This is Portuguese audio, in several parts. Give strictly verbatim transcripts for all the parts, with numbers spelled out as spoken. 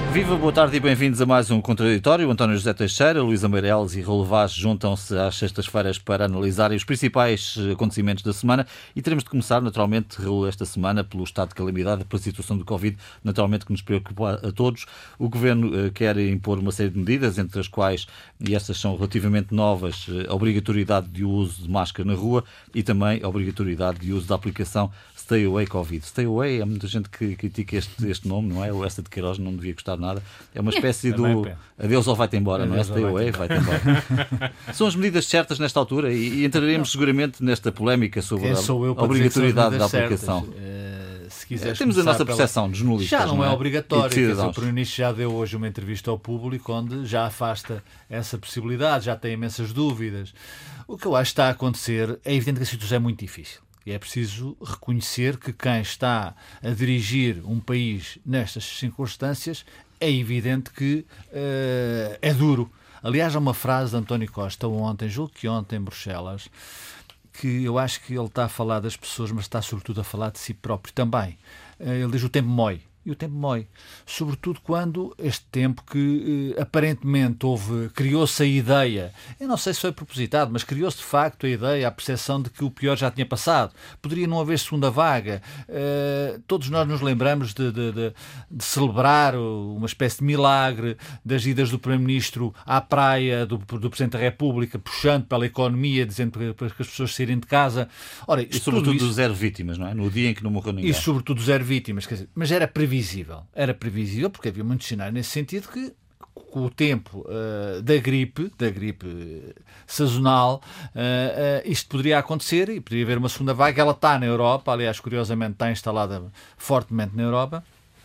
Viva, boa tarde e bem-vindos a mais um Contraditório. António José Teixeira, Luísa Meireles e Raul Vaz juntam-se às sextas-feiras para analisarem os principais acontecimentos da semana e teremos de começar, naturalmente, Raul, esta semana pelo estado de calamidade, pela situação do Covid, naturalmente que nos preocupa a todos. O Governo uh, quer impor uma série de medidas, entre as quais, e estas são relativamente novas, a obrigatoriedade de uso de máscara na rua e também a obrigatoriedade de uso da aplicação Stay Away Covid. Stay Away, há muita gente que critica este, este nome, não é? O Esta de Queiroz não devia gostar nada. É uma espécie do adeus ou vai-te embora, não é? Stay Away, vai-te embora. São as medidas certas nesta altura e, e entraremos não. seguramente nesta polémica sobre a obrigatoriedade da aplicação. Uh, se quiseres Temos a nossa percepção pela... dos jornalistas. Já não, não é, é obrigatório. Dizer, o Primeiro-Ministro já deu hoje uma entrevista ao público onde já afasta essa possibilidade, já tem imensas dúvidas. O que eu acho que está a acontecer é evidente que a situação é muito difícil. E é preciso reconhecer que quem está a dirigir um país nestas circunstâncias é evidente que uh, é duro. Aliás, há uma frase de António Costa ontem, julgo que ontem em Bruxelas, que eu acho que ele está a falar das pessoas, mas está sobretudo a falar de si próprio também. Uh, ele diz: o tempo mói. E o tempo mói. Sobretudo quando este tempo que eh, aparentemente houve, criou-se a ideia, eu não sei se foi propositado, mas criou-se de facto a ideia, a percepção de que o pior já tinha passado. Poderia não haver segunda vaga. Uh, todos nós nos lembramos de, de, de, de celebrar uma espécie de milagre das idas do Primeiro-Ministro à praia, do, do Presidente da República, puxando pela economia, dizendo para, para que as pessoas saírem de casa. Ora, e sobretudo isso, zero vítimas, não é? No dia em que não morreu ninguém. E sobretudo zero vítimas. Quer dizer, mas era previsível. Era previsível, porque havia muitos sinais nesse sentido que, com o tempo uh, da gripe, da gripe uh, sazonal, uh, uh, isto poderia acontecer e poderia haver uma segunda vaga. Ela está na Europa, aliás, curiosamente, está instalada fortemente na Europa,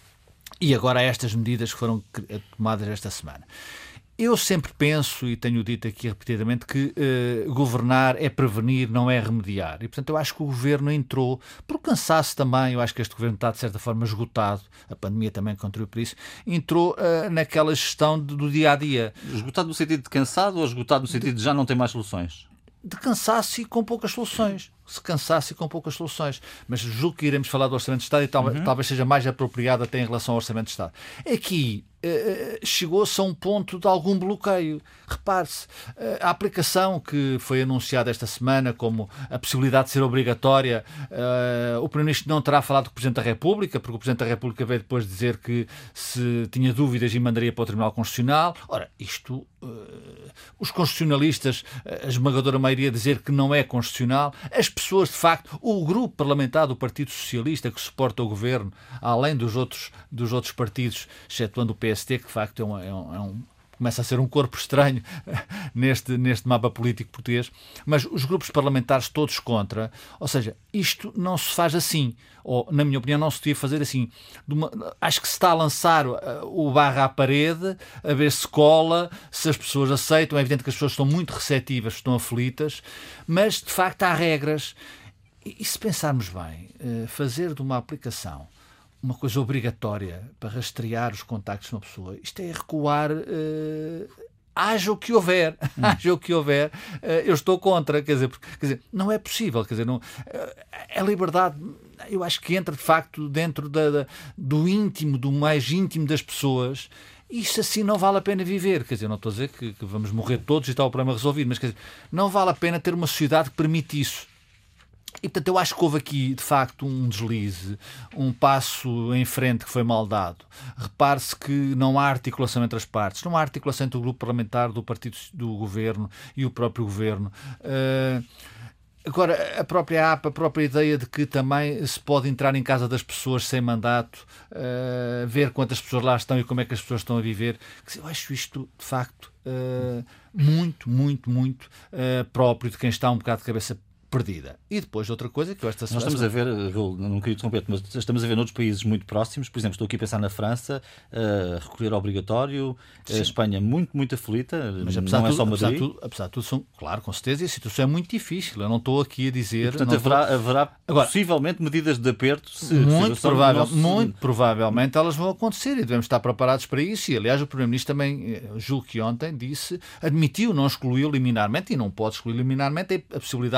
e agora há estas medidas que foram tomadas esta semana. Eu sempre penso, e tenho dito aqui repetidamente, que uh, governar é prevenir, não é remediar. E, portanto, eu acho que o Governo entrou, por cansaço também, eu acho que este Governo está, de certa forma, esgotado, a pandemia também contribuiu por isso, entrou uh, naquela gestão de, do dia-a-dia. Esgotado no sentido de cansado ou esgotado no sentido de, de já não tem mais soluções? De cansaço e com poucas soluções. Se cansasse e com poucas soluções. Mas julgo que iremos falar do Orçamento de Estado e tal, uhum. talvez seja mais apropriado até em relação ao Orçamento de Estado. Aqui uh, chegou-se a um ponto de algum bloqueio. Repare-se, uh, a aplicação que foi anunciada esta semana como a possibilidade de ser obrigatória, uh, o Primeiro-Ministro não terá falado com o Presidente da República, porque o Presidente da República veio depois dizer que se tinha dúvidas e mandaria para o Tribunal Constitucional. Ora, isto, uh, os constitucionalistas, a esmagadora maioria dizer que não é constitucional, as pessoas, de facto, o grupo parlamentar do Partido Socialista que suporta o Governo, além dos outros, dos outros partidos, excetuando o P S T, que de facto é um, é um, é um começa a ser um corpo estranho neste, neste mapa político português, mas os grupos parlamentares todos contra, ou seja, isto não se faz assim, ou na minha opinião não se devia fazer assim. De uma, acho que se está a lançar o barra à parede, a ver se cola, se as pessoas aceitam. É evidente que as pessoas estão muito receptivas, estão aflitas, mas de facto há regras. E, e se pensarmos bem, fazer de uma aplicação uma coisa obrigatória para rastrear os contactos de uma pessoa, isto é recuar, uh, haja o que houver, hum. haja o que houver, uh, eu estou contra, quer dizer, porque, quer dizer, não é possível, quer dizer, não, uh, a liberdade, eu acho que entra de facto dentro da, da, do íntimo, do mais íntimo das pessoas. Isto assim não vale a pena viver, quer dizer, não estou a dizer que, que vamos morrer todos e está o problema resolvido, mas quer dizer, não vale a pena ter uma sociedade que permite isso. E, portanto, eu acho que houve aqui, de facto, um deslize, um passo em frente que foi mal dado. Repare-se que não há articulação entre as partes, não há articulação entre o grupo parlamentar do partido do Governo e o próprio Governo. Uh, agora, a própria A P, a própria ideia de que também se pode entrar em casa das pessoas sem mandato, uh, ver quantas pessoas lá estão e como é que as pessoas estão a viver. Eu acho isto, de facto, uh, muito, muito, muito uh, próprio de quem está um bocado de cabeça perdida. E depois outra coisa que eu esta semana... Nós estamos a ver, não queria interromper, mas estamos a ver noutros países muito próximos, por exemplo, estou aqui a pensar na França, uh, recolher obrigatório, a Espanha muito, muito aflita, mas, apesar não é tudo, só Madrid. Apesar de, tudo, apesar de tudo, são, claro, com certeza, e a situação é muito difícil, eu não estou aqui a dizer... E, portanto, haverá, estou... haverá Agora, possivelmente medidas de aperto, se, muito, se provável, se... muito provavelmente elas vão acontecer e devemos estar preparados para isso, e aliás o Primeiro-Ministro também, julgo que ontem, disse, admitiu, não excluiu liminarmente, e não pode excluir liminarmente a possibilidade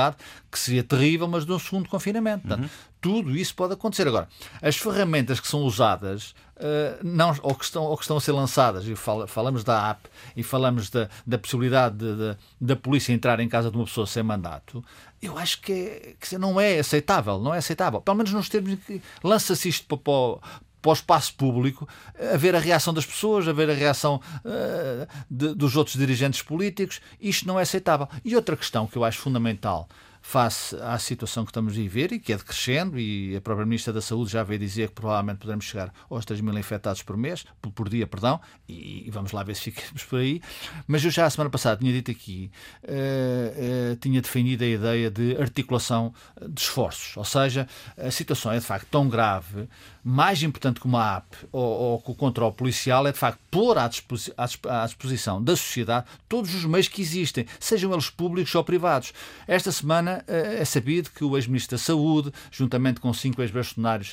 que seria terrível, mas de um segundo confinamento. Portanto, uhum. tudo isso pode acontecer. Agora, as ferramentas que são usadas uh, não, ou, que estão, ou que estão a ser lançadas, e fala, falamos da app e falamos da, da possibilidade de, de, da polícia entrar em casa de uma pessoa sem mandato, eu acho que, é, que não é aceitável, não é aceitável. Pelo menos nos termos em que lança-se isto para, para, para o espaço público, a ver a reação das pessoas, a ver a reação uh, de, dos outros dirigentes políticos. Isto não é aceitável. E outra questão que eu acho fundamental face à situação que estamos a viver e que é decrescendo, e a própria Ministra da Saúde já veio dizer que provavelmente poderemos chegar aos três mil infectados por mês, por, por dia, perdão, e, e vamos lá ver se ficamos por aí. Mas eu já a semana passada tinha dito aqui, uh, uh, tinha definido a ideia de articulação de esforços, ou seja, a situação é de facto tão grave, mais importante que uma app ou, ou que o controle policial é de facto pôr à, disposi- à disposição da sociedade todos os meios que existem, sejam eles públicos ou privados. Esta semana é sabido que o ex-ministro da Saúde, juntamente com cinco ex-bastonários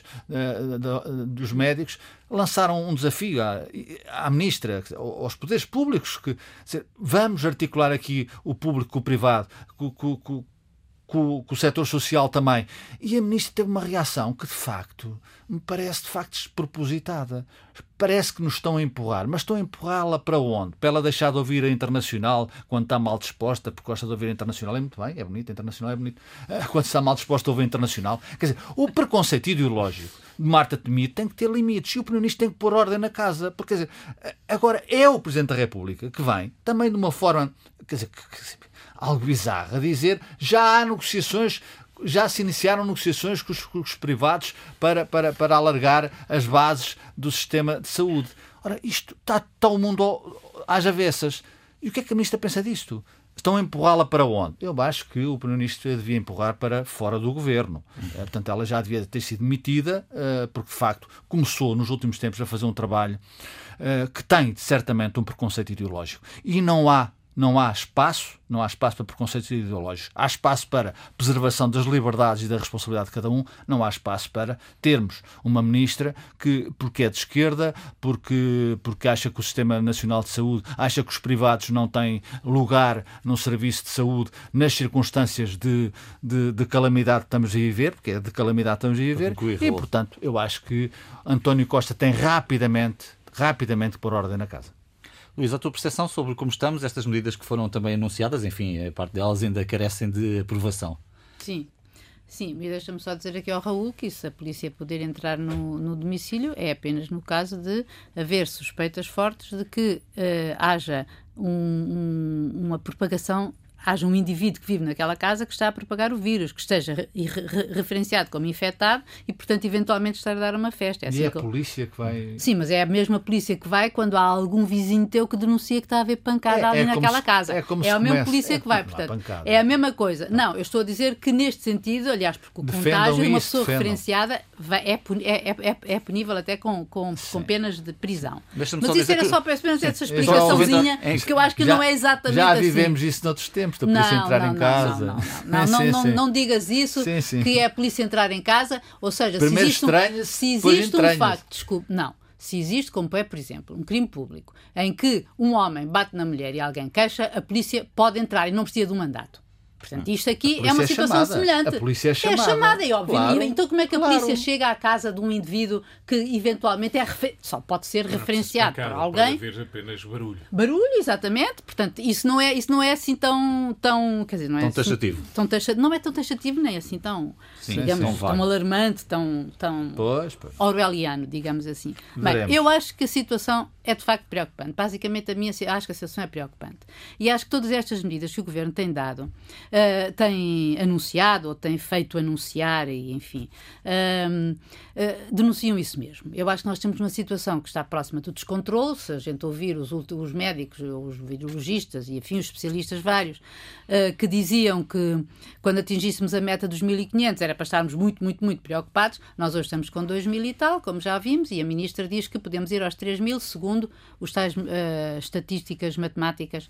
uh, dos médicos, lançaram um desafio à, à ministra, aos poderes públicos, que dizer, vamos articular aqui o público com o privado, com, com, com, com, com o setor social também. E a ministra teve uma reação que, de facto, me parece de facto despropositada. Parece que nos estão a empurrar, mas estão a empurrá-la para onde? Para ela deixar de ouvir a Internacional quando está mal disposta, porque gosta de ouvir a Internacional. É muito bem, é bonito, a Internacional é bonito. Quando está mal disposta a ouvir a Internacional. Quer dizer, o preconceito ideológico de Marta Temido tem que ter limites e o Primeiro-Ministro tem que pôr ordem na casa. Porque, quer dizer, agora é o Presidente da República que vem, também de uma forma, quer dizer, algo bizarra, a dizer já há negociações. Já se iniciaram negociações com os, com os privados para, para, para alargar as bases do sistema de saúde. Ora, isto está, está o mundo às avessas. E o que é que a ministra pensa disto? Estão a empurrá-la para onde? Eu acho que o Primeiro-Ministro devia empurrar para fora do governo. Portanto, ela já devia ter sido demitida, porque de facto começou nos últimos tempos a fazer um trabalho que tem certamente um preconceito ideológico. E não há Não há espaço, não há espaço para preconceitos ideológicos. Há espaço para preservação das liberdades e da responsabilidade de cada um. Não há espaço para termos uma ministra que, porque é de esquerda, porque, porque acha que o Sistema Nacional de Saúde, acha que os privados não têm lugar no serviço de saúde nas circunstâncias de, de, de calamidade que estamos a viver, porque é de calamidade que estamos a viver. E, portanto, eu acho que António Costa tem rapidamente, rapidamente que pôr ordem na casa. Luís, a tua percepção sobre como estamos, estas medidas que foram também anunciadas, enfim, a parte delas ainda carecem de aprovação. Sim, sim, e deixa-me só dizer aqui ao Raul que isso, a polícia poder entrar no, no domicílio é apenas no caso de haver suspeitas fortes de que uh, haja um, um, uma propagação, haja um indivíduo que vive naquela casa que está a propagar o vírus, que esteja re- re- referenciado como infectado e, portanto, eventualmente estar a dar uma festa. É assim e é que... a polícia que vai... Sim, mas é a mesma polícia que vai quando há algum vizinho teu que denuncia que está a haver pancada é, ali é naquela se, casa. É, como é a mesma comece, polícia é, que vai, portanto. É a mesma coisa. Não, eu estou a dizer que neste sentido, aliás, porque o defendam contágio de uma isso, pessoa defendam. referenciada vai, é, é, é, é punível até com, com, com penas de prisão. Deixa-me mas só isso era que... só para essa explicaçãozinha, que eu acho que já, não é exatamente já assim. Já vivemos isso noutros tempos, da polícia não, entrar não, em não, casa. Não, não, não, não, sim, não, sim. não digas isso, sim, sim. que é a polícia entrar em casa, ou seja, Primeiro se existe um, se existe um facto, desculpe, não, se existe, como é, por exemplo, um crime público, em que um homem bate na mulher e alguém queixa, a polícia pode entrar e não precisa de um mandato. Portanto, isto aqui é uma situação é semelhante. A polícia é chamada. É chamada, é óbvio. Claro, então, como é que a claro. polícia chega à casa de um indivíduo que eventualmente é refer... só pode ser referenciado por alguém? Pode haver apenas barulho. Barulho, exatamente. Portanto, isso não é, isso não é assim tão, tão, quer dizer, não é tão assim, taxativo. Tão taxa... Não é tão taxativo nem assim tão, sim, digamos, sim, tão alarmante, tão, tão pois, pois. orwelliano, digamos assim. Veremos. Bem, eu acho que a situação é de facto preocupante. Basicamente, a minha, acho que a situação é preocupante. E acho que todas estas medidas que o Governo tem dado, uh, tem anunciado ou tem feito anunciar, e enfim, uh, uh, denunciam isso mesmo. Eu acho que nós temos uma situação que está próxima do descontrole, se a gente ouvir os, os médicos, os virologistas e, enfim, os especialistas vários, uh, que diziam que quando atingíssemos a meta dos mil e quinhentos era para estarmos muito, muito, muito preocupados. Nós hoje estamos com dois mil e tal, como já vimos, e a Ministra diz que podemos ir aos três mil, segundo os tais uh, estatísticas matemáticas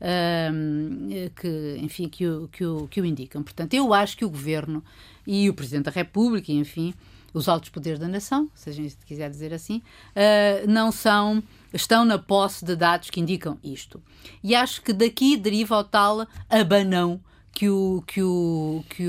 uh, que, enfim, que o, que, o, que o indicam. Portanto, eu acho que o Governo e o Presidente da República, e, enfim, os altos poderes da nação, se a gente quiser dizer assim, uh, não são, estão na posse de dados que indicam isto. E acho que daqui deriva o tal abanão que o, que o, que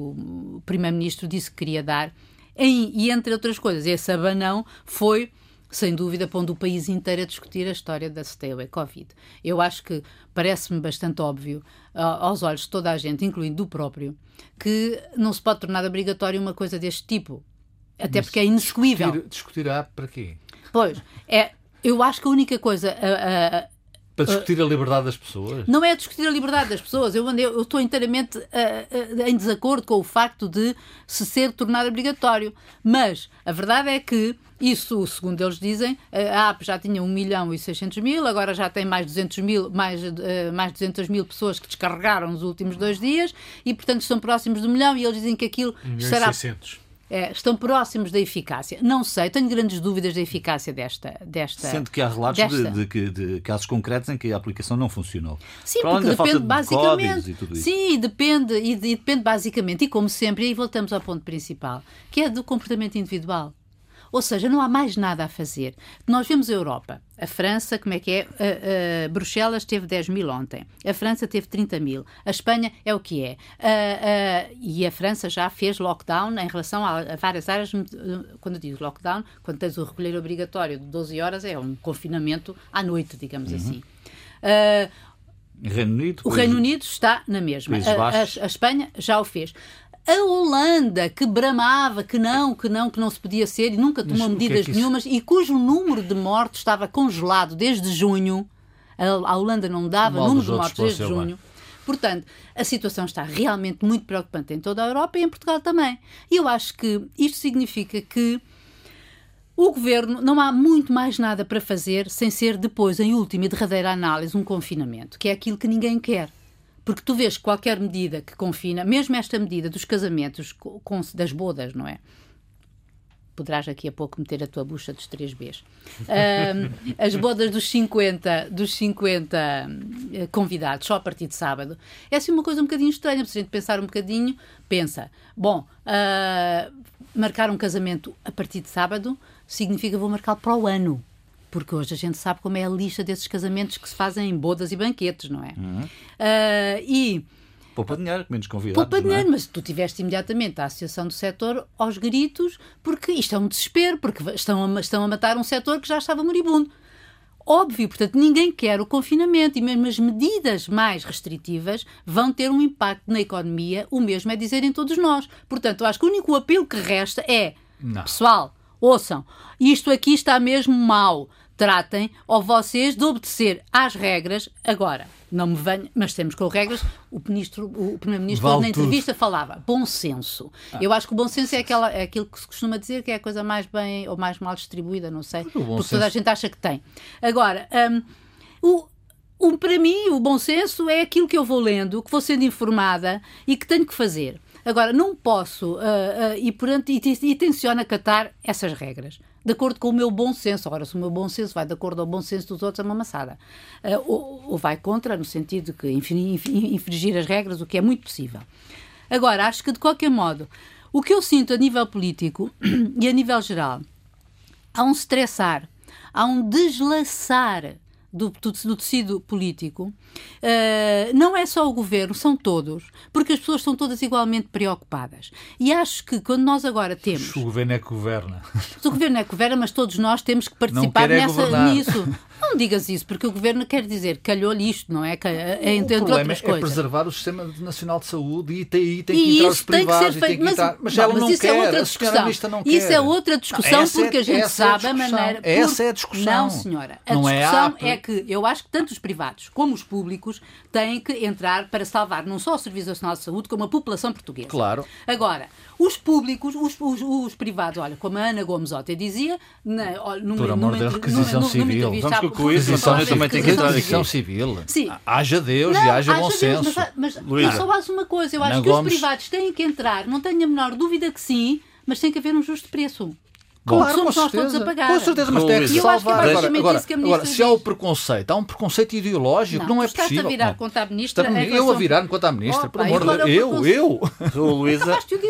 o Primeiro-Ministro disse que queria dar, em, e entre outras coisas, esse abanão foi, sem dúvida, pondo o país inteiro a discutir a história da Stay Away Covid. Eu acho que parece-me bastante óbvio, uh, aos olhos de toda a gente, incluindo do próprio, que não se pode tornar obrigatório uma coisa deste tipo. Até Mas porque é inexecuível. Discutir, discutirá para quê? Pois, é, eu acho que a única coisa... Uh, uh, Para discutir a liberdade das pessoas? Não é discutir a liberdade das pessoas. Eu, eu, eu estou inteiramente uh, uh, em desacordo com o facto de se ser tornado obrigatório. Mas a verdade é que isso, segundo eles dizem, a app já tinha um milhão e seiscentos mil, agora já tem mais duzentos mil, mais, uh, mais duzentas mil pessoas que descarregaram nos últimos dois dias e, portanto, estão próximos do milhão e eles dizem que aquilo será... seiscentos. É, estão próximos da eficácia. Não sei, tenho grandes dúvidas da eficácia desta... desta Sendo que há relatos desta... de, de, de casos concretos em que a aplicação não funcionou. Sim, Para porque além da depende falta de códigos basicamente... e tudo isso. Sim, depende, e, e depende basicamente, e como sempre, e aí voltamos ao ponto principal, que é do comportamento individual. Ou seja, não há mais nada a fazer. Nós vemos a Europa, a França, como é que é? Uh, uh, Bruxelas teve dez mil ontem, a França teve trinta mil, a Espanha é o que é. Uh, uh, e a França já fez lockdown em relação a, a várias áreas. Quando eu digo lockdown, quando tens o recolher obrigatório de doze horas, é um confinamento à noite, digamos uhum. assim. Uh, Reino Unido, o Reino Unido está na mesma. A, a, a Espanha já o fez. A Holanda, que bramava que não, que não, que não se podia ser e nunca tomou Mas, medidas que é que nenhumas e cujo número de mortes estava congelado desde junho. A, a Holanda não dava número de mortes desde junho. Portanto, a situação está realmente muito preocupante em toda a Europa e em Portugal também. E eu acho que isto significa que o Governo não há muito mais nada para fazer sem ser depois, em última e derradeira análise, um confinamento, que é aquilo que ninguém quer. Porque tu vês que qualquer medida que confina, mesmo esta medida dos casamentos, com, das bodas, não é? Poderás daqui a pouco meter a tua bucha dos três Bs. Um, as bodas dos cinquenta, dos cinquenta convidados, só a partir de sábado. É assim uma coisa um bocadinho estranha, se a gente pensar um bocadinho, pensa, bom, uh, marcar um casamento a partir de sábado significa vou marcar para o ano. Porque hoje a gente sabe como é a lista desses casamentos que se fazem em bodas e banquetes, não é? Uhum. Uh, e... Poupa dinheiro, menos convidados. Poupa dinheiro, é? Mas tu tiveste imediatamente a Associação do Setor aos gritos, porque isto é um desespero, porque estão a, estão a matar um setor que já estava moribundo. Óbvio, portanto, ninguém quer o confinamento e mesmo as medidas mais restritivas vão ter um impacto na economia, o mesmo é dizerem todos nós. Portanto, eu acho que o único apelo que resta é, não. Pessoal, ouçam, isto aqui está mesmo mal. Tratem, ou vocês, de obedecer às regras. Agora, não me venham, mas temos com regras. O, ministro, o Primeiro-Ministro, vale na entrevista, tudo. Falava bom senso. Ah. Eu acho que o bom senso é, aquela, é aquilo que se costuma dizer que é a coisa mais bem ou mais mal distribuída, não sei, porque, porque toda a gente acha que tem. Agora, um, o, o, para mim, o bom senso é aquilo que eu vou lendo, que vou sendo informada e que tenho que fazer. Agora, não posso, uh, uh, e, portanto, e, e tenciono acatar essas regras, de acordo com o meu bom senso. Agora, se o meu bom senso vai de acordo ao bom senso dos outros, é uma maçada. Uh, ou, ou vai contra, no sentido de que infringir as regras, o que é muito possível. Agora, acho que, de qualquer modo, o que eu sinto a nível político e a nível geral, há um estressar, há um deslaçar Do, do, do tecido político, uh, não é só o governo, são todos, porque as pessoas estão todas igualmente preocupadas. E acho que quando nós agora temos... O governo é que governa. O governo é que governa, mas todos nós temos que participar nessa, é nisso. Não digas isso, porque o governo quer dizer, calhou-lhe isto, não é? é entre o problema outras é coisas. preservar o Sistema Nacional de Saúde e aí tem e que entrar os tem privados. Que ser feito, e tem que mas, entrar... mas não, ela mas não isso quer, é outra a discussão. não quer. Isso é outra discussão, não, porque é, a gente essa sabe é a a maneira... Por... Essa é a discussão. Não, senhora. A não discussão é, a... é que eu acho que tanto os privados como os públicos têm que entrar para salvar não só o Serviço Nacional de Saúde, como a população portuguesa. Claro. Agora, os públicos, os, os, os privados, olha, como a Ana Gomes ontem dizia, na, numa, por amor de Deus, requisição civil. Vamos que com isso, então, também tem que entrar aqui. Civil. Sim. Haja Deus não, e haja bom Deus, senso. Mas, mas eu só acho uma coisa, eu acho Ana que Gomes... os privados têm que entrar, não tenho a menor dúvida que sim, mas tem que haver um justo preço. Como claro, somos com nós certeza. todos a pagar. Com certeza, mas tem que se salvar. Que é agora, agora, que agora se há o preconceito, há um preconceito ideológico, não, não é possível. Estás a virar contra a ministra. Eu a virar-me contra a ministra, oh, por amor de Deus. Eu, eu. Luísa,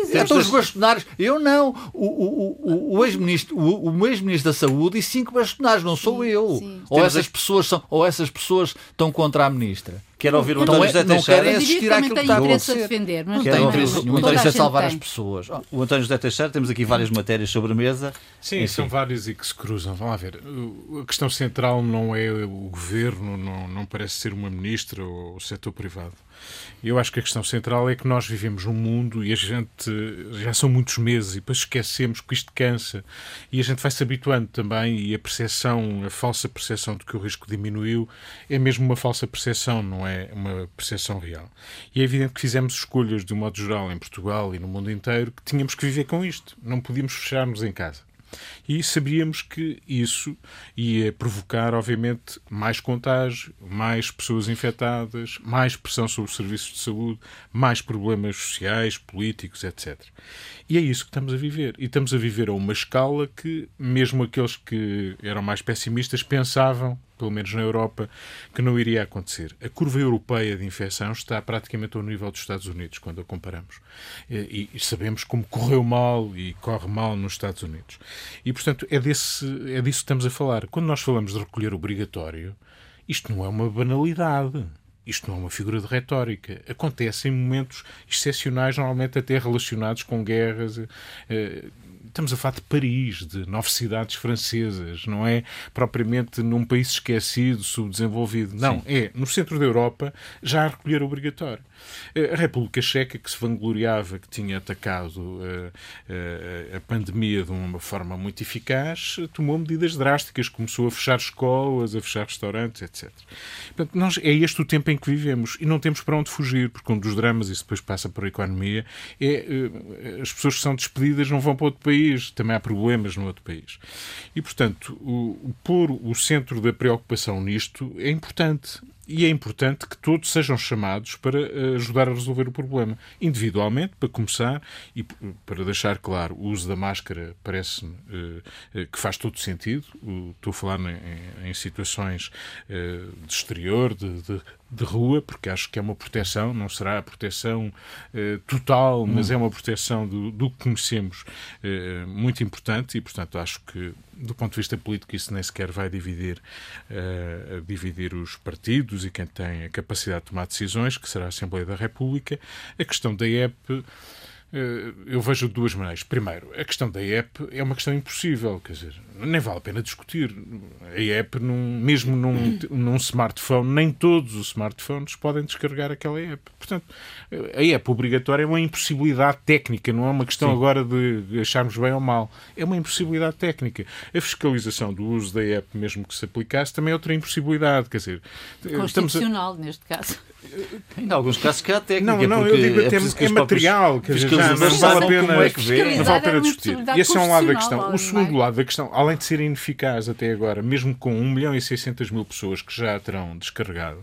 Então os bastonários, eu não. O, o, o, o ex-ministro o, o ex-ministro da Saúde e cinco bastonários, não sou sim, eu. Sim. Ou essas, pessoas são, ou essas pessoas estão contra a ministra. Quero ouvir o Então António é, José não Teixeira. querem assistir àquilo que está a acontecer. A defender, mas não Quero tem ouvir interesse o- nenhum. O toda a interesse é gente salvar tem. as pessoas. Oh, O António José Teixeira, temos aqui várias matérias sobre a mesa. Sim, Enfim. são várias e que se cruzam. Vamos lá ver. O- A questão central não é o governo, não, não parece ser uma ministra ou o setor privado. Eu acho que a questão central é que nós vivemos um mundo e a gente já são muitos meses e depois esquecemos que isto cansa e a gente vai se habituando também e a percepção, a falsa percepção de que o risco diminuiu é mesmo uma falsa percepção, não é uma percepção real. E é evidente que fizemos escolhas de um modo geral em Portugal e no mundo inteiro que tínhamos que viver com isto. Não podíamos fechar-nos em casa. E sabíamos que isso ia provocar, obviamente, mais contágio, mais pessoas infectadas, mais pressão sobre os serviços de saúde, mais problemas sociais, políticos, etcétera. E é isso que estamos a viver. E estamos a viver a uma escala que, mesmo aqueles que eram mais pessimistas, pensavam, pelo menos na Europa, que não iria acontecer. A curva europeia de infecção está praticamente ao nível dos Estados Unidos, quando a comparamos. E, e sabemos como correu mal e corre mal nos Estados Unidos. E, portanto, é, desse, é disso que estamos a falar. Quando nós falamos de recolher obrigatório, isto não é uma banalidade. Isto não é uma figura de retórica. Acontece em momentos excepcionais, normalmente até relacionados com guerras. Eh, Estamos a falar de Paris, de nove cidades francesas, não é propriamente num país esquecido, subdesenvolvido. Não, Sim. é no centro da Europa já a recolher obrigatório. A República Checa, que se vangloriava que tinha atacado uh, uh, a pandemia de uma forma muito eficaz, tomou medidas drásticas, começou a fechar escolas, a fechar restaurantes, etcétera. Portanto, nós, é este o tempo em que vivemos e não temos para onde fugir, porque um dos dramas, isso depois passa por a economia, é uh, as pessoas que são despedidas não vão para outro país, também há problemas no outro país. E, portanto, o, o pôr o centro da preocupação nisto é importante. E é importante que todos sejam chamados para ajudar a resolver o problema. Individualmente, para começar, e para deixar claro, o uso da máscara parece-me uh, que faz todo sentido. Uh, estou a falar em, em situações uh, de exterior, de, de, de rua, porque acho que é uma proteção, não será a proteção uh, total, mas hum. é uma proteção do, do que conhecemos uh, muito importante e, portanto, acho que do ponto de vista político isso nem sequer vai dividir, uh, dividir os partidos e quem tem a capacidade de tomar decisões, que será a Assembleia da República. A questão da E P, uh, eu vejo de duas maneiras. Primeiro, a questão da E P é uma questão impossível, quer dizer, nem vale a pena discutir. A E P, num, mesmo num, num smartphone, nem todos os smartphones podem descarregar aquela E P. Portanto, a E P obrigatória é uma impossibilidade técnica, não é uma questão Sim. agora de acharmos bem ou mal. É uma impossibilidade técnica. A fiscalização do uso da E P, mesmo que se aplicasse, também é outra impossibilidade. Quer dizer, constitucional, a... neste caso. Em alguns casos que há técnica. Não, não, eu digo até é, é material, quer dizer, já não vale a pena, é que vê. não vale a pena discutir. E esse é um lado da questão. O segundo lado da questão, além de ser ineficaz até agora, mesmo com um milhão e seiscentas mil pessoas que já terão descarregado,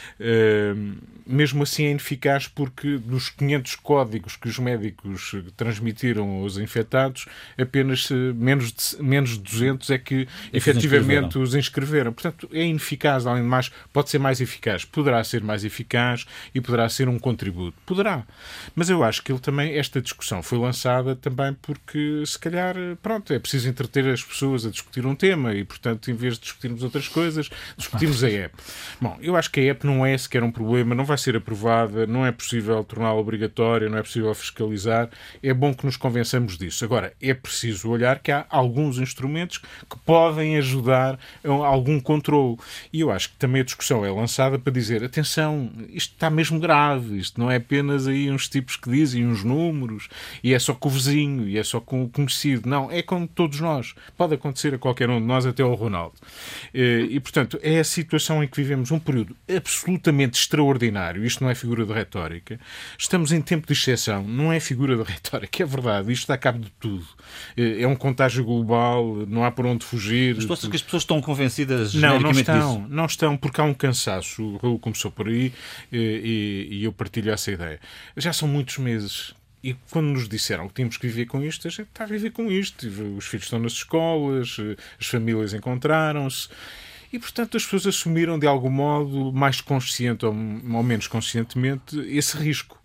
Uh, mesmo assim é ineficaz porque dos quinhentos códigos que os médicos transmitiram aos infectados, apenas uh, menos, de, menos de duzentos é que e efetivamente os inscreveram. Portanto, é ineficaz, além de mais, pode ser mais eficaz. Poderá ser mais eficaz e poderá ser um contributo. Poderá. Mas eu acho que ele também, esta discussão foi lançada também porque, se calhar, pronto, é preciso entreter as pessoas a discutir um tema e, portanto, em vez de discutirmos outras coisas, discutimos a E P. Bom, eu acho que a E P não é sequer um problema, não vai ser aprovada, não é possível torná-la obrigatória, não é possível fiscalizar. É bom que nos convençamos disso. Agora, é preciso olhar que há alguns instrumentos que podem ajudar a algum controle. E eu acho que também a discussão é lançada para dizer, atenção, isto está mesmo grave, isto não é apenas aí uns tipos que dizem uns números, e é só com o vizinho, e é só com o conhecido. Não, é com todos nós. Pode acontecer a qualquer um de nós, até ao Ronaldo. E, portanto, é a situação em que vivemos um período absolutamente extraordinário. Isto não é figura de retórica. Estamos em tempo de exceção. Não é figura de retórica, é verdade. Isto dá cabo de tudo. É um contágio global, não há por onde fugir. Mas tu achas que as pessoas estão convencidas não, não estão, disso? Não estão, porque há um cansaço. O Raul começou por aí e, e eu partilho essa ideia. Já são muitos meses. E quando nos disseram que tínhamos que viver com isto, a gente está a viver com isto. Os filhos estão nas escolas, as famílias encontraram-se. E, portanto, as pessoas assumiram, de algum modo, mais consciente ou, ou menos conscientemente, esse risco.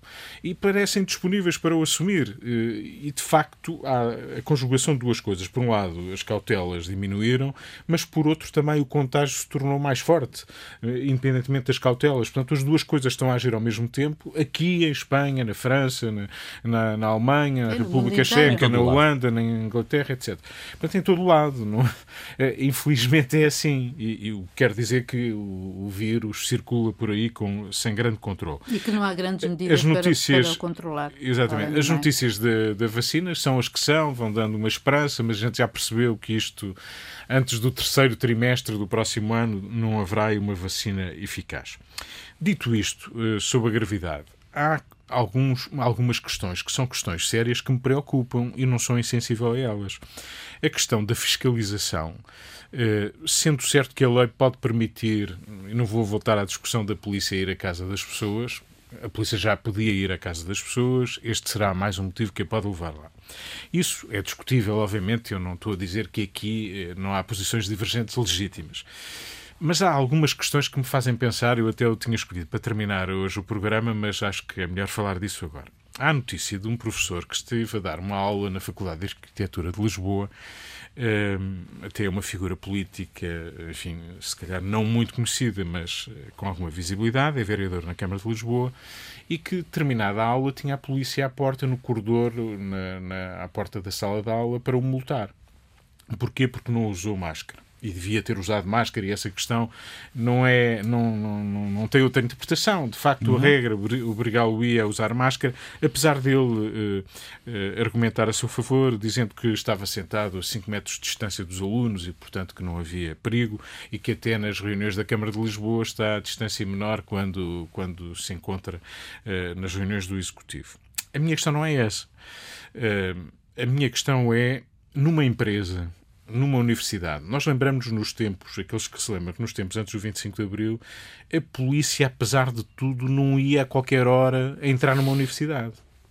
e parecem disponíveis para o assumir. E, de facto, há a conjugação de duas coisas. Por um lado, as cautelas diminuíram, mas, por outro, também o contágio se tornou mais forte, independentemente das cautelas. Portanto, as duas coisas estão a agir ao mesmo tempo, aqui em Espanha, na França, na, na, na Alemanha, na é, República Checa, na Holanda, na Inglaterra, etcétera. Portanto, em todo lado. Não? Infelizmente é assim. E, e quero dizer que o, o vírus circula por aí com, sem grande controle. E que não há grandes medidas as notícias, para, para o controlar. Exatamente. As notícias da, da vacina são as que são, vão dando uma esperança, mas a gente já percebeu que isto, antes do terceiro trimestre do próximo ano, não haverá uma vacina eficaz. Dito isto, sobre a gravidade, há alguns, algumas questões que são questões sérias que me preocupam e não sou insensível a elas. A questão da fiscalização, sendo certo que a lei pode permitir, e não vou voltar à discussão da polícia ir à casa das pessoas, a polícia já podia ir à casa das pessoas, este será mais um motivo que a pode levar lá. Isso é discutível, obviamente, eu não estou a dizer que aqui não há posições divergentes legítimas. Mas há algumas questões que me fazem pensar, eu até o tinha escolhido para terminar hoje o programa, mas acho que é melhor falar disso agora. Há a notícia de um professor que esteve a dar uma aula na Faculdade de Arquitetura de Lisboa, até uma figura política, enfim, se calhar não muito conhecida, mas com alguma visibilidade, é vereador na Câmara de Lisboa, e que, terminada a aula, tinha a polícia à porta, no corredor, na, na, à porta da sala de aula, para o multar. Porquê? Porque não usou máscara. E devia ter usado máscara, e essa questão não, é, não, não, não tem outra interpretação. De facto, uhum. a regra obrigá-lo-ia a usar máscara, apesar dele uh, uh, argumentar a seu favor, dizendo que estava sentado a cinco metros de distância dos alunos e, portanto, que não havia perigo, e que até nas reuniões da Câmara de Lisboa está a distância menor quando, quando se encontra uh, nas reuniões do Executivo. A minha questão não é essa. Uh, a minha questão é, numa empresa, numa universidade, nós lembramos nos tempos, aqueles que se lembram que nos tempos antes do vinte e cinco de Abril, a polícia, apesar de tudo, não ia a qualquer hora a entrar numa universidade.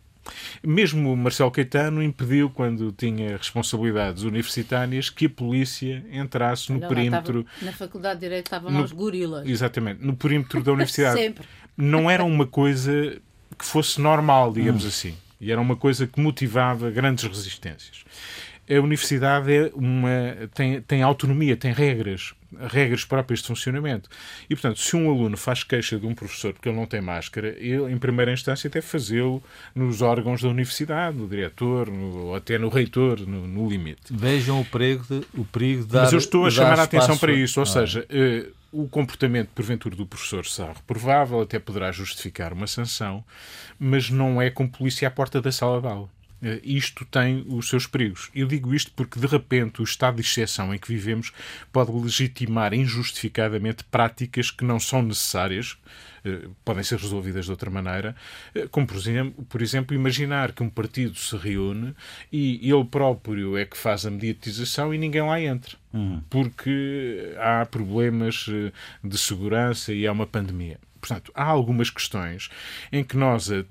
Mesmo o Marcelo Caetano impediu, quando tinha responsabilidades universitárias, que a polícia entrasse no Olha, perímetro... Lá, estava, na Faculdade de Direito estavam no, os gorilas. Exatamente, no perímetro da universidade. Sempre. Não era uma coisa que fosse normal, digamos hum. assim. E era uma coisa que motivava grandes resistências. A universidade é uma, tem, tem autonomia, tem regras, regras próprias de funcionamento. E, portanto, se um aluno faz queixa de um professor porque ele não tem máscara, ele, em primeira instância, deve fazê-lo nos órgãos da universidade, no diretor, no, ou até no reitor, no, no limite. Vejam o perigo de, o perigo de dar, Mas eu estou a chamar a atenção para isso, ou ah. seja, eh, o comportamento, porventura, do professor será reprovável, até poderá justificar uma sanção, mas não é com polícia à porta da sala de aula. Isto tem os seus perigos. Eu digo isto porque, de repente, o estado de exceção em que vivemos pode legitimar injustificadamente práticas que não são necessárias, podem ser resolvidas de outra maneira, como, por exemplo, por exemplo, imaginar que um partido se reúne e ele próprio é que faz a mediatização e ninguém lá entra, uhum. porque há problemas de segurança e há uma pandemia. Portanto, há algumas questões em que nós, uh,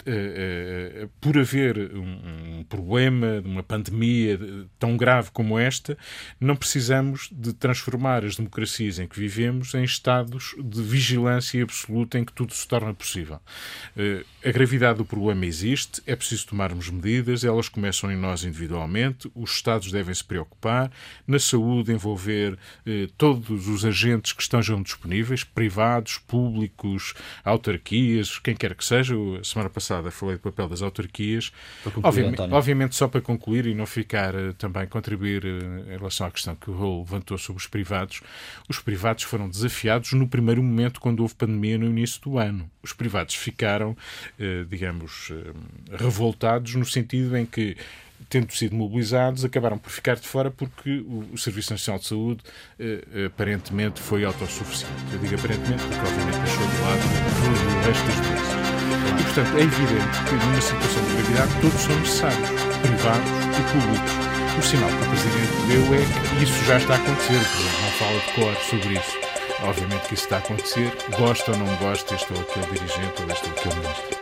uh, por haver um, um problema, uma pandemia tão grave como esta, não precisamos de transformar as democracias em que vivemos em estados de vigilância absoluta em que tudo se torna possível. Uh, a gravidade do problema existe, é preciso tomarmos medidas, elas começam em nós individualmente, os Estados devem se preocupar, na saúde envolver uh, todos os agentes que estejam disponíveis, privados, públicos, autarquias, quem quer que seja. A semana passada falei do papel das autarquias. Concluir, obviamente, obviamente, só para concluir e não ficar uh, também contribuir uh, em relação à questão que o Raul levantou sobre os privados, os privados foram desafiados no primeiro momento quando houve pandemia no início do ano. Os privados ficaram, uh, digamos, uh, revoltados no sentido em que, tendo sido mobilizados, acabaram por ficar de fora porque o, o Serviço Nacional de Saúde eh, aparentemente foi autossuficiente. Eu digo aparentemente porque, obviamente, deixou de lado o resto das doenças. E, portanto, é evidente que numa situação de gravidade todos são necessários, privados e públicos. O sinal que o Presidente deu é que isso já está a acontecer. Por exemplo, não fala de cor sobre isso. Obviamente que isso está a acontecer, gosta ou não gosta este ou aquele dirigente ou este ou aquele ministro.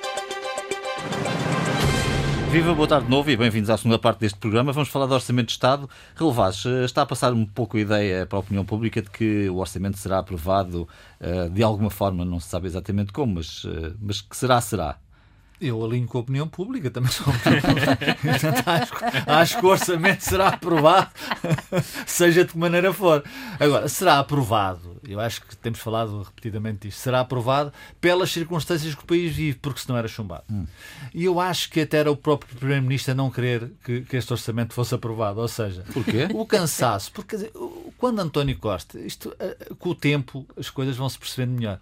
Viva, boa tarde de novo e bem-vindos à segunda parte deste programa. Vamos falar do Orçamento de Estado. Raul Vaz, está a passar um pouco a ideia para a opinião pública de que o Orçamento será aprovado uh, de alguma forma, não se sabe exatamente como, mas, uh, mas que será, será. Eu alinho com a opinião pública, também sou Portanto, acho, acho que o orçamento será aprovado, seja de que maneira for. Agora, será aprovado, eu acho que temos falado repetidamente disto, será aprovado pelas circunstâncias que o país vive, porque senão era chumbado. Hum. E eu acho que até era o próprio Primeiro-Ministro a não querer que, que este orçamento fosse aprovado. Ou seja, porquê? O cansaço. Porque quando António Costa, isto, com o tempo as coisas vão se percebendo melhor.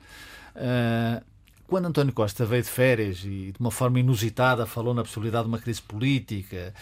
Uh, Quando António Costa veio de férias e de uma forma inusitada falou na possibilidade de uma crise política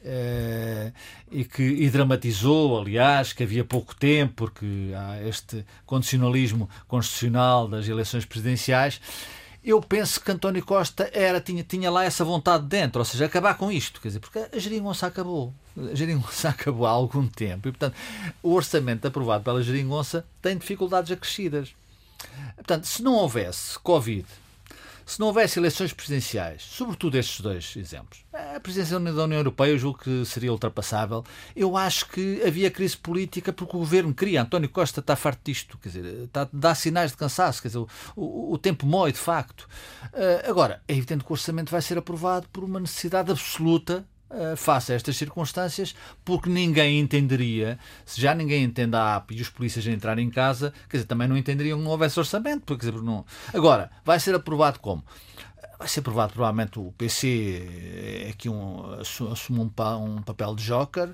eh, e que e dramatizou, aliás, que havia pouco tempo porque há este condicionalismo constitucional das eleições presidenciais, eu penso que António Costa era, tinha, tinha lá essa vontade dentro, ou seja, acabar com isto, quer dizer, porque a geringonça acabou. A geringonça acabou há algum tempo e, portanto, o orçamento aprovado pela geringonça tem dificuldades acrescidas. Portanto, se não houvesse Covid, se não houvesse eleições presidenciais, sobretudo estes dois exemplos, a presidência da União Europeia eu julgo que seria ultrapassável. Eu acho que havia crise política porque o governo queria. António Costa está farto disto, quer dizer, está, dá sinais de cansaço, quer dizer, o, o, o tempo mói, de facto. Uh, agora, é evidente que o orçamento vai ser aprovado por uma necessidade absoluta Uh, face a estas circunstâncias, porque ninguém entenderia, se já ninguém entende a A P e os polícias a entrarem em casa, quer dizer, também não entenderiam que não houvesse orçamento, porque, quer dizer, não... Agora, vai ser aprovado como? Vai ser aprovado, provavelmente, o P C é aqui um, assume um, um papel de joker.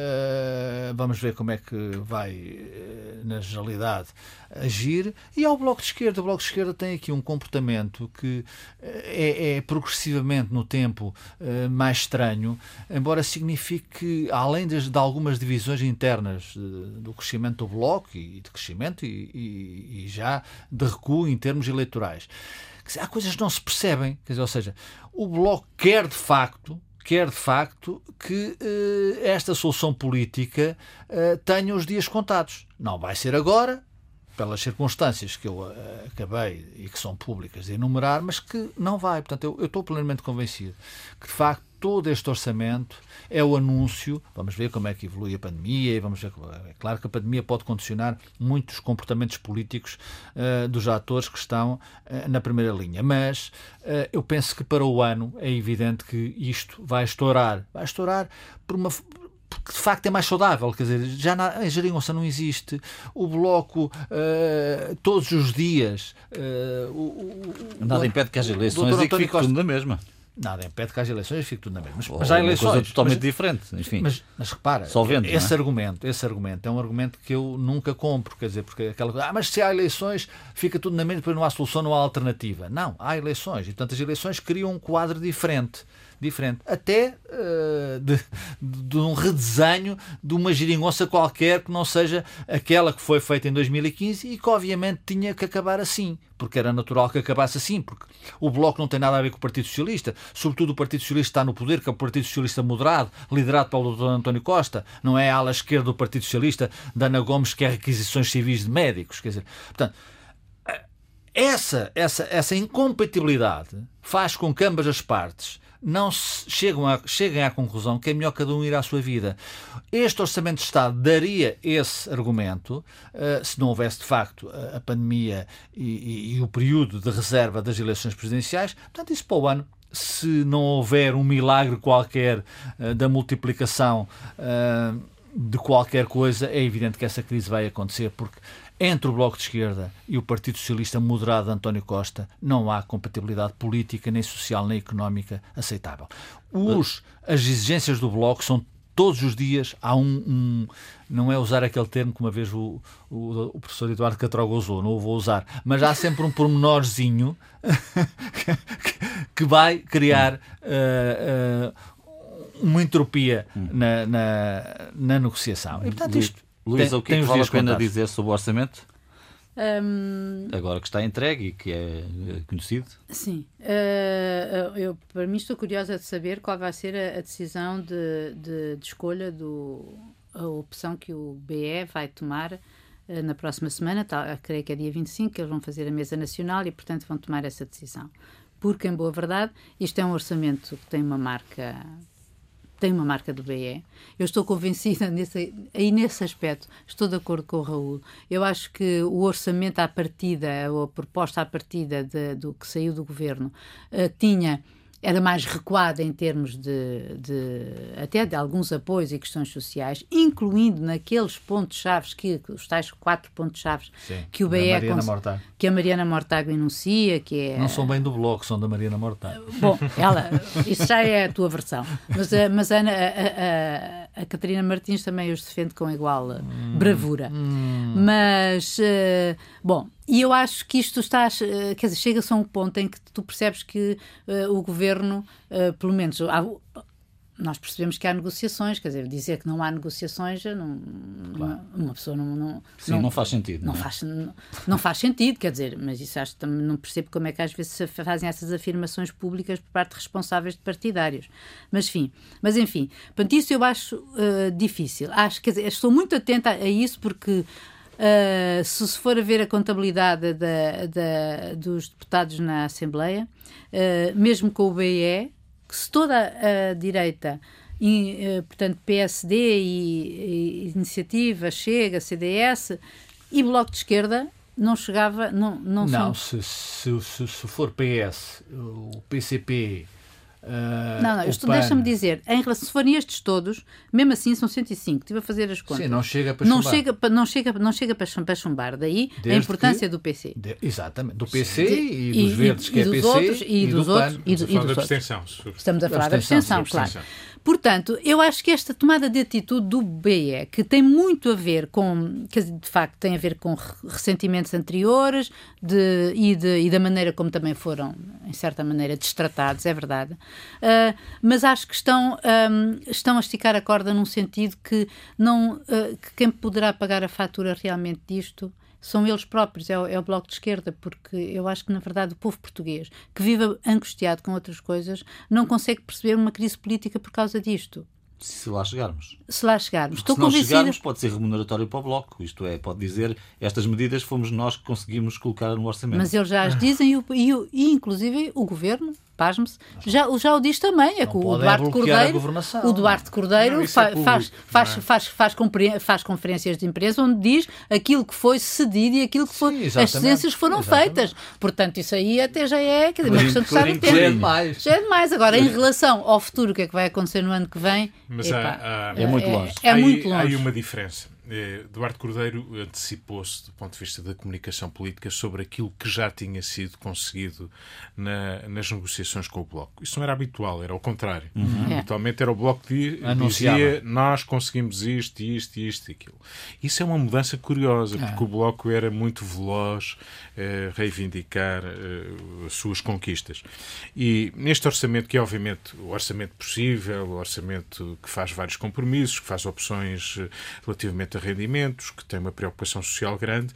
Uh, vamos ver como é que vai, na generalidade, agir. E ao Bloco de Esquerda. O Bloco de Esquerda tem aqui um comportamento que é, é progressivamente, no tempo, uh, mais estranho, embora signifique que, além de, de algumas divisões internas uh, do crescimento do Bloco, e de crescimento e, e, e já de recuo em termos eleitorais, há coisas que não se percebem, quer dizer, ou seja, o Bloco quer de facto, quer de facto que uh, esta solução política uh, tenha os dias contados. Não vai ser agora, pelas circunstâncias que eu uh, acabei e que são públicas de enumerar, mas que não vai. Portanto, eu, eu estou plenamente convencido que, de facto, todo este orçamento é o anúncio. Vamos ver como é que evolui a pandemia e vamos ver. É claro que a pandemia pode condicionar muitos comportamentos políticos uh, dos atores que estão uh, na primeira linha, mas uh, eu penso que para o ano é evidente que isto vai estourar. Vai estourar por uma... porque de facto é mais saudável, quer dizer, já na, a geringonça não existe, o Bloco uh, todos os dias uh, o, o, nada impede que haja eleições e que fique tudo na mesma. Nada impede que haja eleições e fique tudo na mesma. Mas, Ou mas há eleições. Coisa totalmente mas, diferente, enfim. Mas, mas repara, Só vendo, esse, é? argumento, esse argumento é um argumento que eu nunca compro, quer dizer, porque aquela coisa, ah, mas se há eleições fica tudo na mesma, depois não há solução, não há alternativa. Não, há eleições e, portanto, as eleições criam um quadro diferente. diferente, até uh, de, de um redesenho de uma geringonça qualquer que não seja aquela que foi feita em dois mil e quinze e que obviamente tinha que acabar assim, porque era natural que acabasse assim, porque o Bloco não tem nada a ver com o Partido Socialista, sobretudo o Partido Socialista está no poder, que é o Partido Socialista moderado, liderado pelo doutor António Costa, não é a ala esquerda do Partido Socialista da Ana Gomes, que é requisições civis de médicos, quer dizer, portanto, essa, essa, essa incompatibilidade faz com que ambas as partes não se chegam a, cheguem à conclusão que é melhor cada um ir à sua vida. Este Orçamento de Estado daria esse argumento, uh, se não houvesse de facto a, a pandemia e, e, e o período de reserva das eleições presidenciais. Portanto, isso para o ano, se não houver um milagre qualquer uh, da multiplicação uh, de qualquer coisa, é evidente que essa crise vai acontecer, porque entre o Bloco de Esquerda e o Partido Socialista moderado de António Costa não há compatibilidade política, nem social, nem económica aceitável. Os, as exigências do Bloco são todos os dias, há um, um não é usar aquele termo que uma vez o, o, o professor Eduardo Catroga usou, não o vou usar, mas há sempre um pormenorzinho que vai criar uh, uh, uma entropia na, na, na negociação. E, portanto, isto Luísa, o que, é que vale a pena dizer sobre o orçamento? Um... Agora que está entregue e que é conhecido. Sim. Uh, eu, para mim, estou curiosa de saber qual vai ser a, a decisão de, de, de escolha, do, a opção que o B E vai tomar uh, na próxima semana. Tá, creio que é dia vinte e cinco, que eles vão fazer a mesa nacional e, portanto, vão tomar essa decisão. Porque, em boa verdade, isto é um orçamento que tem uma marca... tem uma marca do B E. Eu estou convencida, nesse, aí nesse aspecto, estou de acordo com o Raul. Eu acho que o orçamento à partida, ou a proposta à partida de, do que saiu do governo, uh, tinha era mais recuada em termos de, de até de alguns apoios e questões sociais, incluindo naqueles pontos-chave, que os tais quatro pontos-chave que o B E Mariana cons... Mortágua. que a Mariana Mortágua enuncia, que é... Não são bem do Bloco, são da Mariana Mortágua. Bom, ela, isso já é a tua versão. Mas, a, mas a, a, a, a Catarina Martins também os defende com igual hum, bravura. Hum. Mas, uh, bom, e eu acho que isto está, uh, quer dizer, chega-se a um ponto em que tu percebes que uh, o governo, uh, pelo menos, há, nós percebemos que há negociações, quer dizer, dizer que não há negociações, não, claro. uma, uma pessoa não, não, Sim, não, não faz sentido. Não, não, é? faz, não, não faz sentido, quer dizer, mas isso acho que também não percebo como é que às vezes se fazem essas afirmações públicas por parte de responsáveis de partidários. Mas enfim, mas, enfim portanto, isso eu acho uh, difícil. Acho, quer dizer, estou muito atenta a, a isso porque Uh, se se for a ver a contabilidade da, da, dos deputados na Assembleia, uh, mesmo com o B E, que se toda a, a direita, e, uh, portanto P S D e, e Iniciativa, Chega, C D S e Bloco de Esquerda, não chegava... Não, não, não são... se, se, se, se for P S, o P C P... Uh, não, não, isto deixa-me dizer, em relação, se forem estes todos, mesmo assim são cento e cinco, estive a fazer as contas. Sim, não chega para não chumbar. Chega, não chega, não chega para chumbar, daí Desde a importância que, do P C. De, exatamente, do P C de, e dos e, verdes, e, que é e P C outros, e, e dos do outros, PAN. E, do, e dos outros. Estamos a falar da abstenção, claro. Portanto, eu acho que esta tomada de atitude do B E, que tem muito a ver com, que de facto tem a ver com ressentimentos anteriores de, e, de, e da maneira como também foram, em certa maneira, destratados, é verdade, uh, mas acho que estão, um, estão a esticar a corda num sentido que, não, uh, que quem poderá pagar a fatura realmente disto são eles próprios, é o, é o Bloco de Esquerda, porque eu acho que, na verdade, o povo português, que vive angustiado com outras coisas, não consegue perceber uma crise política por causa disto. Se lá chegarmos. Se lá chegarmos. Estou se não convencida... chegarmos, pode ser remuneratório para o Bloco. Isto é, pode dizer, estas medidas fomos nós que conseguimos colocar no orçamento. Mas eles já as dizem e, e, e inclusive, o Governo, pasme-se, já, já o diz também. É que o Duarte Cordeiro, o Duarte Cordeiro não, fa, é público, faz, faz, é? faz, faz, faz, faz conferências de imprensa onde diz aquilo que foi cedido e aquilo que foi, Sim, as cedências foram exatamente. feitas. Portanto, isso aí até já é, quer dizer, uma questão de estar atento. Já é demais. Já é demais. Agora, em relação ao futuro, o que é que vai acontecer no ano que vem, Mas epá, há, há, é muito longe. É, é há, muito longe. Há aí uma diferença. Duarte Cordeiro antecipou-se do ponto de vista da comunicação política sobre aquilo que já tinha sido conseguido na, nas negociações com o Bloco. Isso não era habitual, era ao contrário. Uhum. Habitualmente era o Bloco que dizia nós conseguimos isto, isto, isto e aquilo. Isso é uma mudança curiosa, porque é. o Bloco era muito veloz a reivindicar uh, as suas conquistas. E neste orçamento, que é obviamente o orçamento possível, o orçamento que faz vários compromissos, que faz opções uh, relativamente a rendimentos, que tem uma preocupação social grande.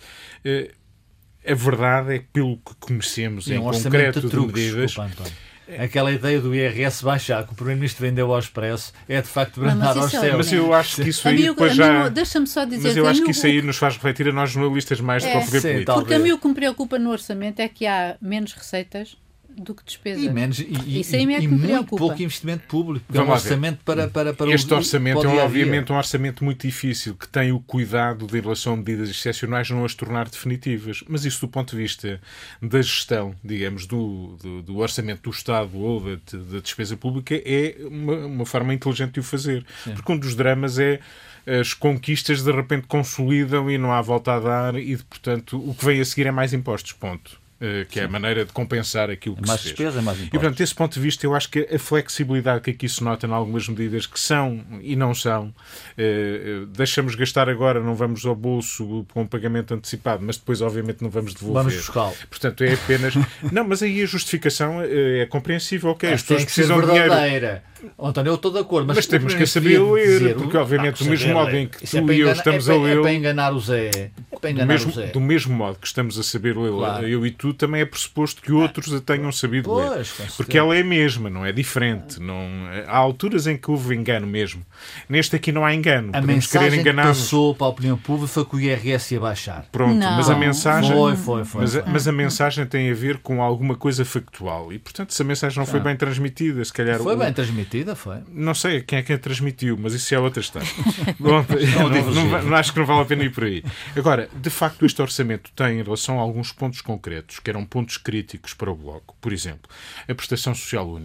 A verdade é que, pelo que conhecemos e em um concreto de, de truques, medidas... Desculpa, aquela ideia do I R S baixar, que o Primeiro-Ministro vendeu ao Expresso, é de facto brandar aos céus. Mas eu acho que isso aí mim, depois já... Deixa-me só dizer... Mas eu que acho que que isso aí nos faz refletir a nós jornalistas mais do que ao poder político. Porque a mim o que me preocupa no orçamento é que há menos receitas do que despesa. E, menos, e, Isso aí é que e me muito preocupa. pouco investimento público. É um orçamento para, para, para este o, orçamento para o é obviamente um orçamento muito difícil, que tem o cuidado de, em relação a medidas excepcionais, não as tornar definitivas. Mas isso do ponto de vista da gestão, digamos, do, do, do orçamento do Estado ou da, da despesa pública, é uma, uma forma inteligente de o fazer. Sim. Porque um dos dramas é as conquistas de repente consolidam e não há volta a dar e, portanto, o que vem a seguir é mais impostos, ponto. Que é a maneira de compensar aquilo que mais se fez. Despesa, é mais e, portanto, desse ponto de vista, eu acho que a flexibilidade que aqui se nota em algumas medidas que são e não são, eh, deixamos gastar agora, não vamos ao bolso com um pagamento antecipado, mas depois, obviamente, não vamos devolver. Vamos buscá-lo. Portanto, é apenas... não, mas aí a justificação é compreensível, ok, mas as pessoas tem que precisam ser de dinheiro. verdadeira. António, eu estou de acordo, mas, mas temos que saber ler, dizer, porque obviamente não, do mesmo modo em que tu é e eu estamos é a ler... É para enganar o Zé. É para enganar do, mesmo, o Zé. do mesmo modo que estamos a saber ler, claro. eu e tu, também é pressuposto que outros a tenham sabido pois, ler. Porque ela é a mesma, não é diferente. Não, há alturas em que houve engano mesmo. Neste aqui não há engano. A Podemos mensagem querer enganar-nos. que passou para a opinião pública foi que o I R S ia baixar. Pronto, não. mas a mensagem... Foi, foi, foi. Mas, foi. mas a mensagem tem a ver com alguma coisa factual. E, portanto, se a mensagem não foi bem transmitida, se calhar... Foi o... bem transmitida, foi. Não sei quem é que a transmitiu, mas isso é outra história. Bom, não, não, não, acho que não vale a pena ir por aí. Agora, de facto, este orçamento tem, em relação a alguns pontos concretos, que eram pontos críticos para o Bloco, por exemplo, a prestação social única.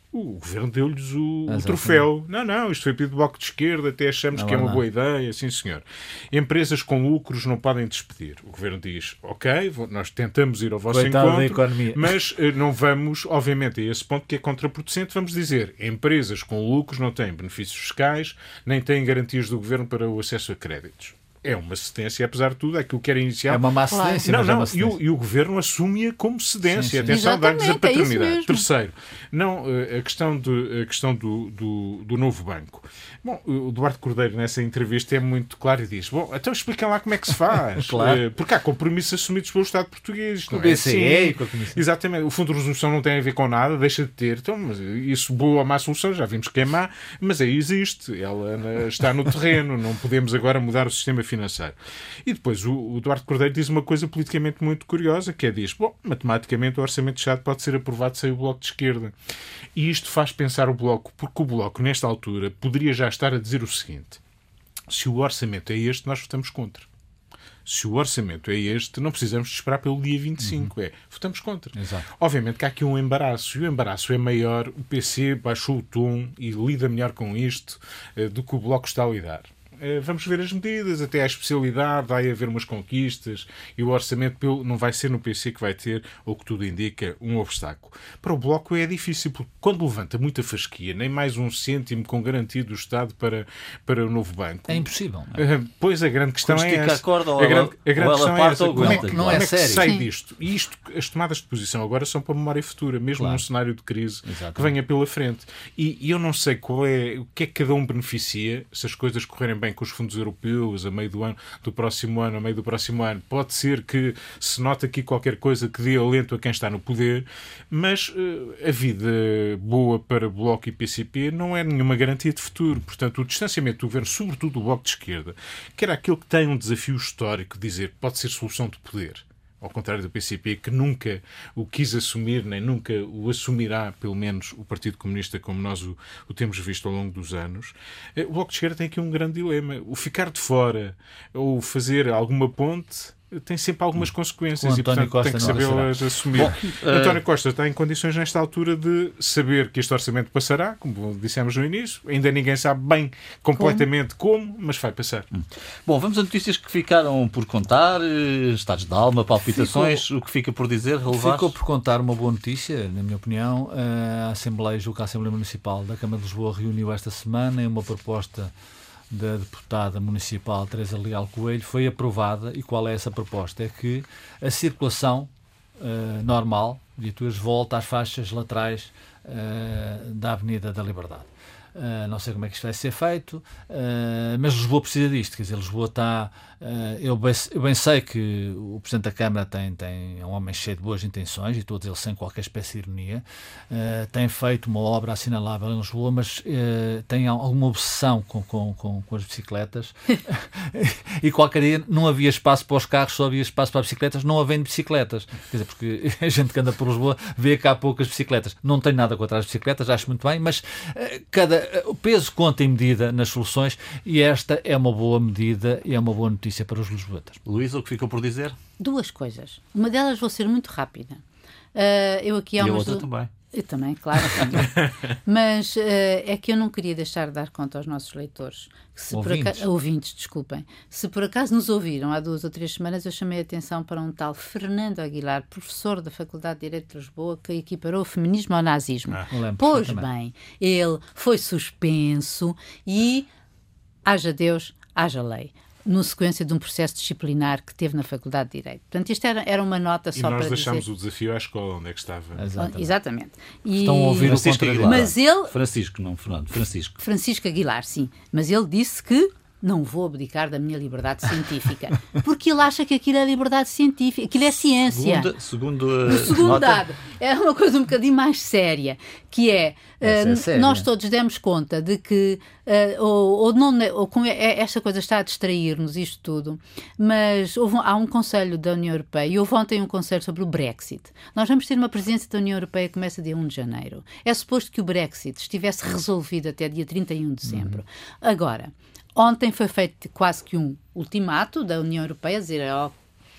o governo deu-lhes o, o troféu. Não, não, isto foi pedido do Bloco de Esquerda, até achamos não, que é uma não. boa ideia, sim senhor. Empresas com lucros não podem despedir. O governo diz, ok, nós tentamos ir ao vosso Coitado encontro, mas não vamos, obviamente, a esse ponto que é contraproducente, vamos dizer, empresas com lucros não têm benefícios fiscais, nem têm garantias do governo para o acesso a créditos. É uma cedência, apesar de tudo, aquilo que era inicial. É uma má cedência. Não, não, é e, o, e o governo assume-a como cedência. Sim, sim. Atenção, dá-lhes a paternidade. É Terceiro, não, a questão, de, a questão do, do, do novo banco. Bom, o Duarte Cordeiro, nessa entrevista, é muito claro e diz, bom, então expliquem lá como é que se faz. Claro. Porque há compromissos assumidos pelo Estado português. Com o B C E. É assim. Exatamente. O Fundo de Resolução não tem a ver com nada, deixa de ter. Então, mas isso, boa ou má solução, já vimos que é má, mas aí existe. Ela está no terreno. Não podemos agora mudar o sistema financeiro. E depois o, o Duarte Cordeiro diz uma coisa politicamente muito curiosa, que é, diz, bom, matematicamente o Orçamento de Estado pode ser aprovado sem o Bloco de Esquerda. E isto faz pensar o Bloco, porque o Bloco, nesta altura, poderia já estar a dizer o seguinte, se o orçamento é este, nós votamos contra. Se o orçamento é este, não precisamos de esperar pelo dia vinte e cinco. Uhum. É, votamos contra. Exato. Obviamente que há aqui um embaraço. E o embaraço é maior, o P C baixou o tom e lida melhor com isto uh, do que o Bloco está a lidar. Vamos ver as medidas, até à especialidade, vai haver umas conquistas e o orçamento não vai ser no P C que vai ter, ou que tudo indica, um obstáculo. Para o Bloco é difícil, porque quando levanta muita fasquia, nem mais um cêntimo com garantia do Estado para, para o novo banco. É impossível. Não é? Pois a grande questão é essa. A corda, ou a grande, a grande ou questão ela é essa. Como é que, não como é, é que sério. se sai Sim. disto? E isto, as tomadas de posição agora são para a memória futura, mesmo claro. num cenário de crise Exatamente. que venha pela frente. E, e eu não sei qual é, o que é que cada um beneficia, se as coisas correrem bem com os fundos europeus, a meio do ano, do próximo ano, a meio do próximo ano, pode ser que se note aqui qualquer coisa que dê alento a quem está no poder, mas uh, a vida boa para Bloco e P C P não é nenhuma garantia de futuro. Portanto, o distanciamento do governo, sobretudo do Bloco de Esquerda, que era aquele que tem um desafio histórico de dizer que pode ser solução de poder, ao contrário do P C P, que nunca o quis assumir, nem nunca o assumirá, pelo menos o Partido Comunista, como nós o, o temos visto ao longo dos anos. O Bloco de Esquerda tem aqui um grande dilema. O ficar de fora ou fazer alguma ponte tem sempre algumas consequências e, portanto, Costa tem que sabê-las assumir. Bom, uh... António Costa está em condições, nesta altura, de saber que este orçamento passará, como dissemos no início. Ainda ninguém sabe bem completamente como, como mas vai passar. Hum. Bom, vamos a notícias que ficaram por contar, estados de alma, palpitações, Ficou... o que fica por dizer, relevar? Ficou por contar uma boa notícia, na minha opinião. A Assembleia, julgo que a Assembleia Municipal da Câmara de Lisboa reuniu esta semana em uma proposta da deputada municipal Teresa Leal Coelho, foi aprovada. E qual é essa proposta? É que a circulação uh, normal de viaturas volta às faixas laterais uh, da Avenida da Liberdade. Uh, não sei como é que isto vai ser feito, uh, mas Lisboa precisa disto. Quer dizer, Lisboa está... Uh, eu, bem, eu bem sei que o Presidente da Câmara tem, tem, é um homem cheio de boas intenções, e todos eles sem qualquer espécie de ironia. Uh, tem feito uma obra assinalável em Lisboa, mas uh, tem alguma obsessão com, com, com, com as bicicletas. E qualquer dia não havia espaço para os carros, só havia espaço para as bicicletas, não havendo bicicletas. Quer dizer, porque a gente que anda por Lisboa vê que há poucas bicicletas. Não tenho nada contra as bicicletas, acho muito bem, mas uh, cada o peso conta em medida nas soluções, e esta é uma boa medida e é uma boa notícia para os lisboetas. Luísa, o que ficou por dizer? Duas coisas. Uma delas vou ser muito rápida. Uh, eu aqui há e a umas outra do... também. Eu também, claro. Também. Mas uh, é que eu não queria deixar de dar conta aos nossos leitores. Que se ouvintes. Por acaso, ouvintes, desculpem. Se por acaso nos ouviram há duas ou três semanas, eu chamei a atenção para um tal Fernando Aguilar, professor da Faculdade de Direito de Lisboa, que equiparou o feminismo ao nazismo. Ah, lembro, pois bem, ele foi suspenso e, haja Deus, haja lei, no sequência de um processo disciplinar que teve na Faculdade de Direito. Portanto, isto era, era uma nota só para dizer... E nós deixámos o desafio à escola, onde é que estava. Exatamente. Exatamente. E... Estão a ouvir Francisco o Aguilar. Mas ele... Francisco, não Fernando. Francisco. Francisco Aguilar, sim. Mas ele disse que não vou abdicar da minha liberdade científica. Porque ele acha que aquilo é liberdade científica, aquilo é ciência. Segundo, segundo, uh, o segundo nota... dado é uma coisa um bocadinho mais séria, que é, uh, é séria. Nós todos demos conta de que, uh, ou, ou, não, ou com esta coisa está a distrair-nos isto tudo, mas houve, há um Conselho da União Europeia, e houve ontem um Conselho sobre o Brexit. Nós vamos ter uma presidência da União Europeia que começa dia primeiro de janeiro. É suposto que o Brexit estivesse resolvido até dia trinta e um de dezembro. Uhum. Agora, ontem foi feito quase que um ultimato da União Europeia, a dizer, ó,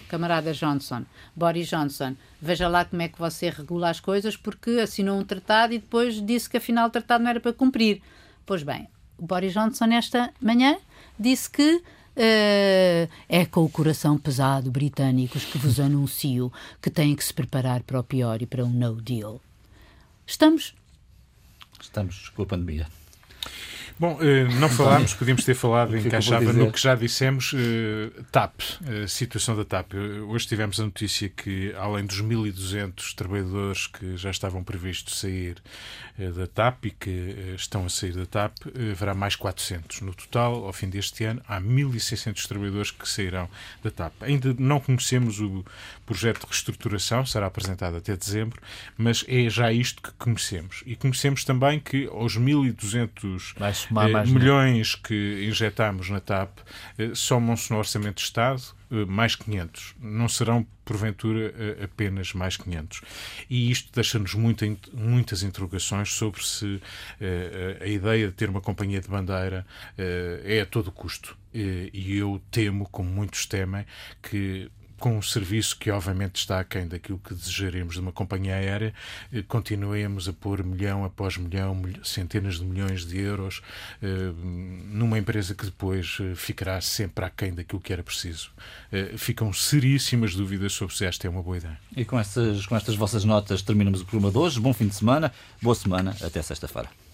camarada Johnson, Boris Johnson, veja lá como é que você regula as coisas, porque assinou um tratado e depois disse que afinal o tratado não era para cumprir. Pois bem, o Boris Johnson esta manhã disse que uh, é com o coração pesado, britânicos, que vos anuncio que têm que se preparar para o pior e para um no deal. Estamos? Estamos com a pandemia. Bom, não falámos, podíamos ter falado, encaixava no que já dissemos, T A P, a situação da T A P. Hoje tivemos a notícia que, além dos mil e duzentos trabalhadores que já estavam previstos sair da T A P e que estão a sair da T A P, haverá mais quatrocentos. No total, ao fim deste ano, há mil e seiscentos trabalhadores que sairão da T A P. Ainda não conhecemos o projeto de reestruturação, será apresentado até dezembro, mas é já isto que conhecemos. E conhecemos também que aos mil e duzentos Eh, milhões que injetámos na T A P eh, somam-se no Orçamento de Estado eh, mais quinhentos. Não serão, porventura, eh, apenas mais quinhentos. E isto deixa-nos muita, muitas interrogações sobre se eh, a ideia de ter uma companhia de bandeira eh, é a todo custo. Eh, e eu temo, como muitos temem, que com um serviço que obviamente está aquém daquilo que desejaremos de uma companhia aérea, eh, continuemos a pôr milhão após milhão, centenas de milhões de euros eh, numa empresa que depois eh, ficará sempre aquém daquilo que era preciso. Eh, ficam seríssimas dúvidas sobre se esta é uma boa ideia. E com estas, com estas vossas notas terminamos o programa de hoje. Bom fim de semana, boa semana, até sexta-feira.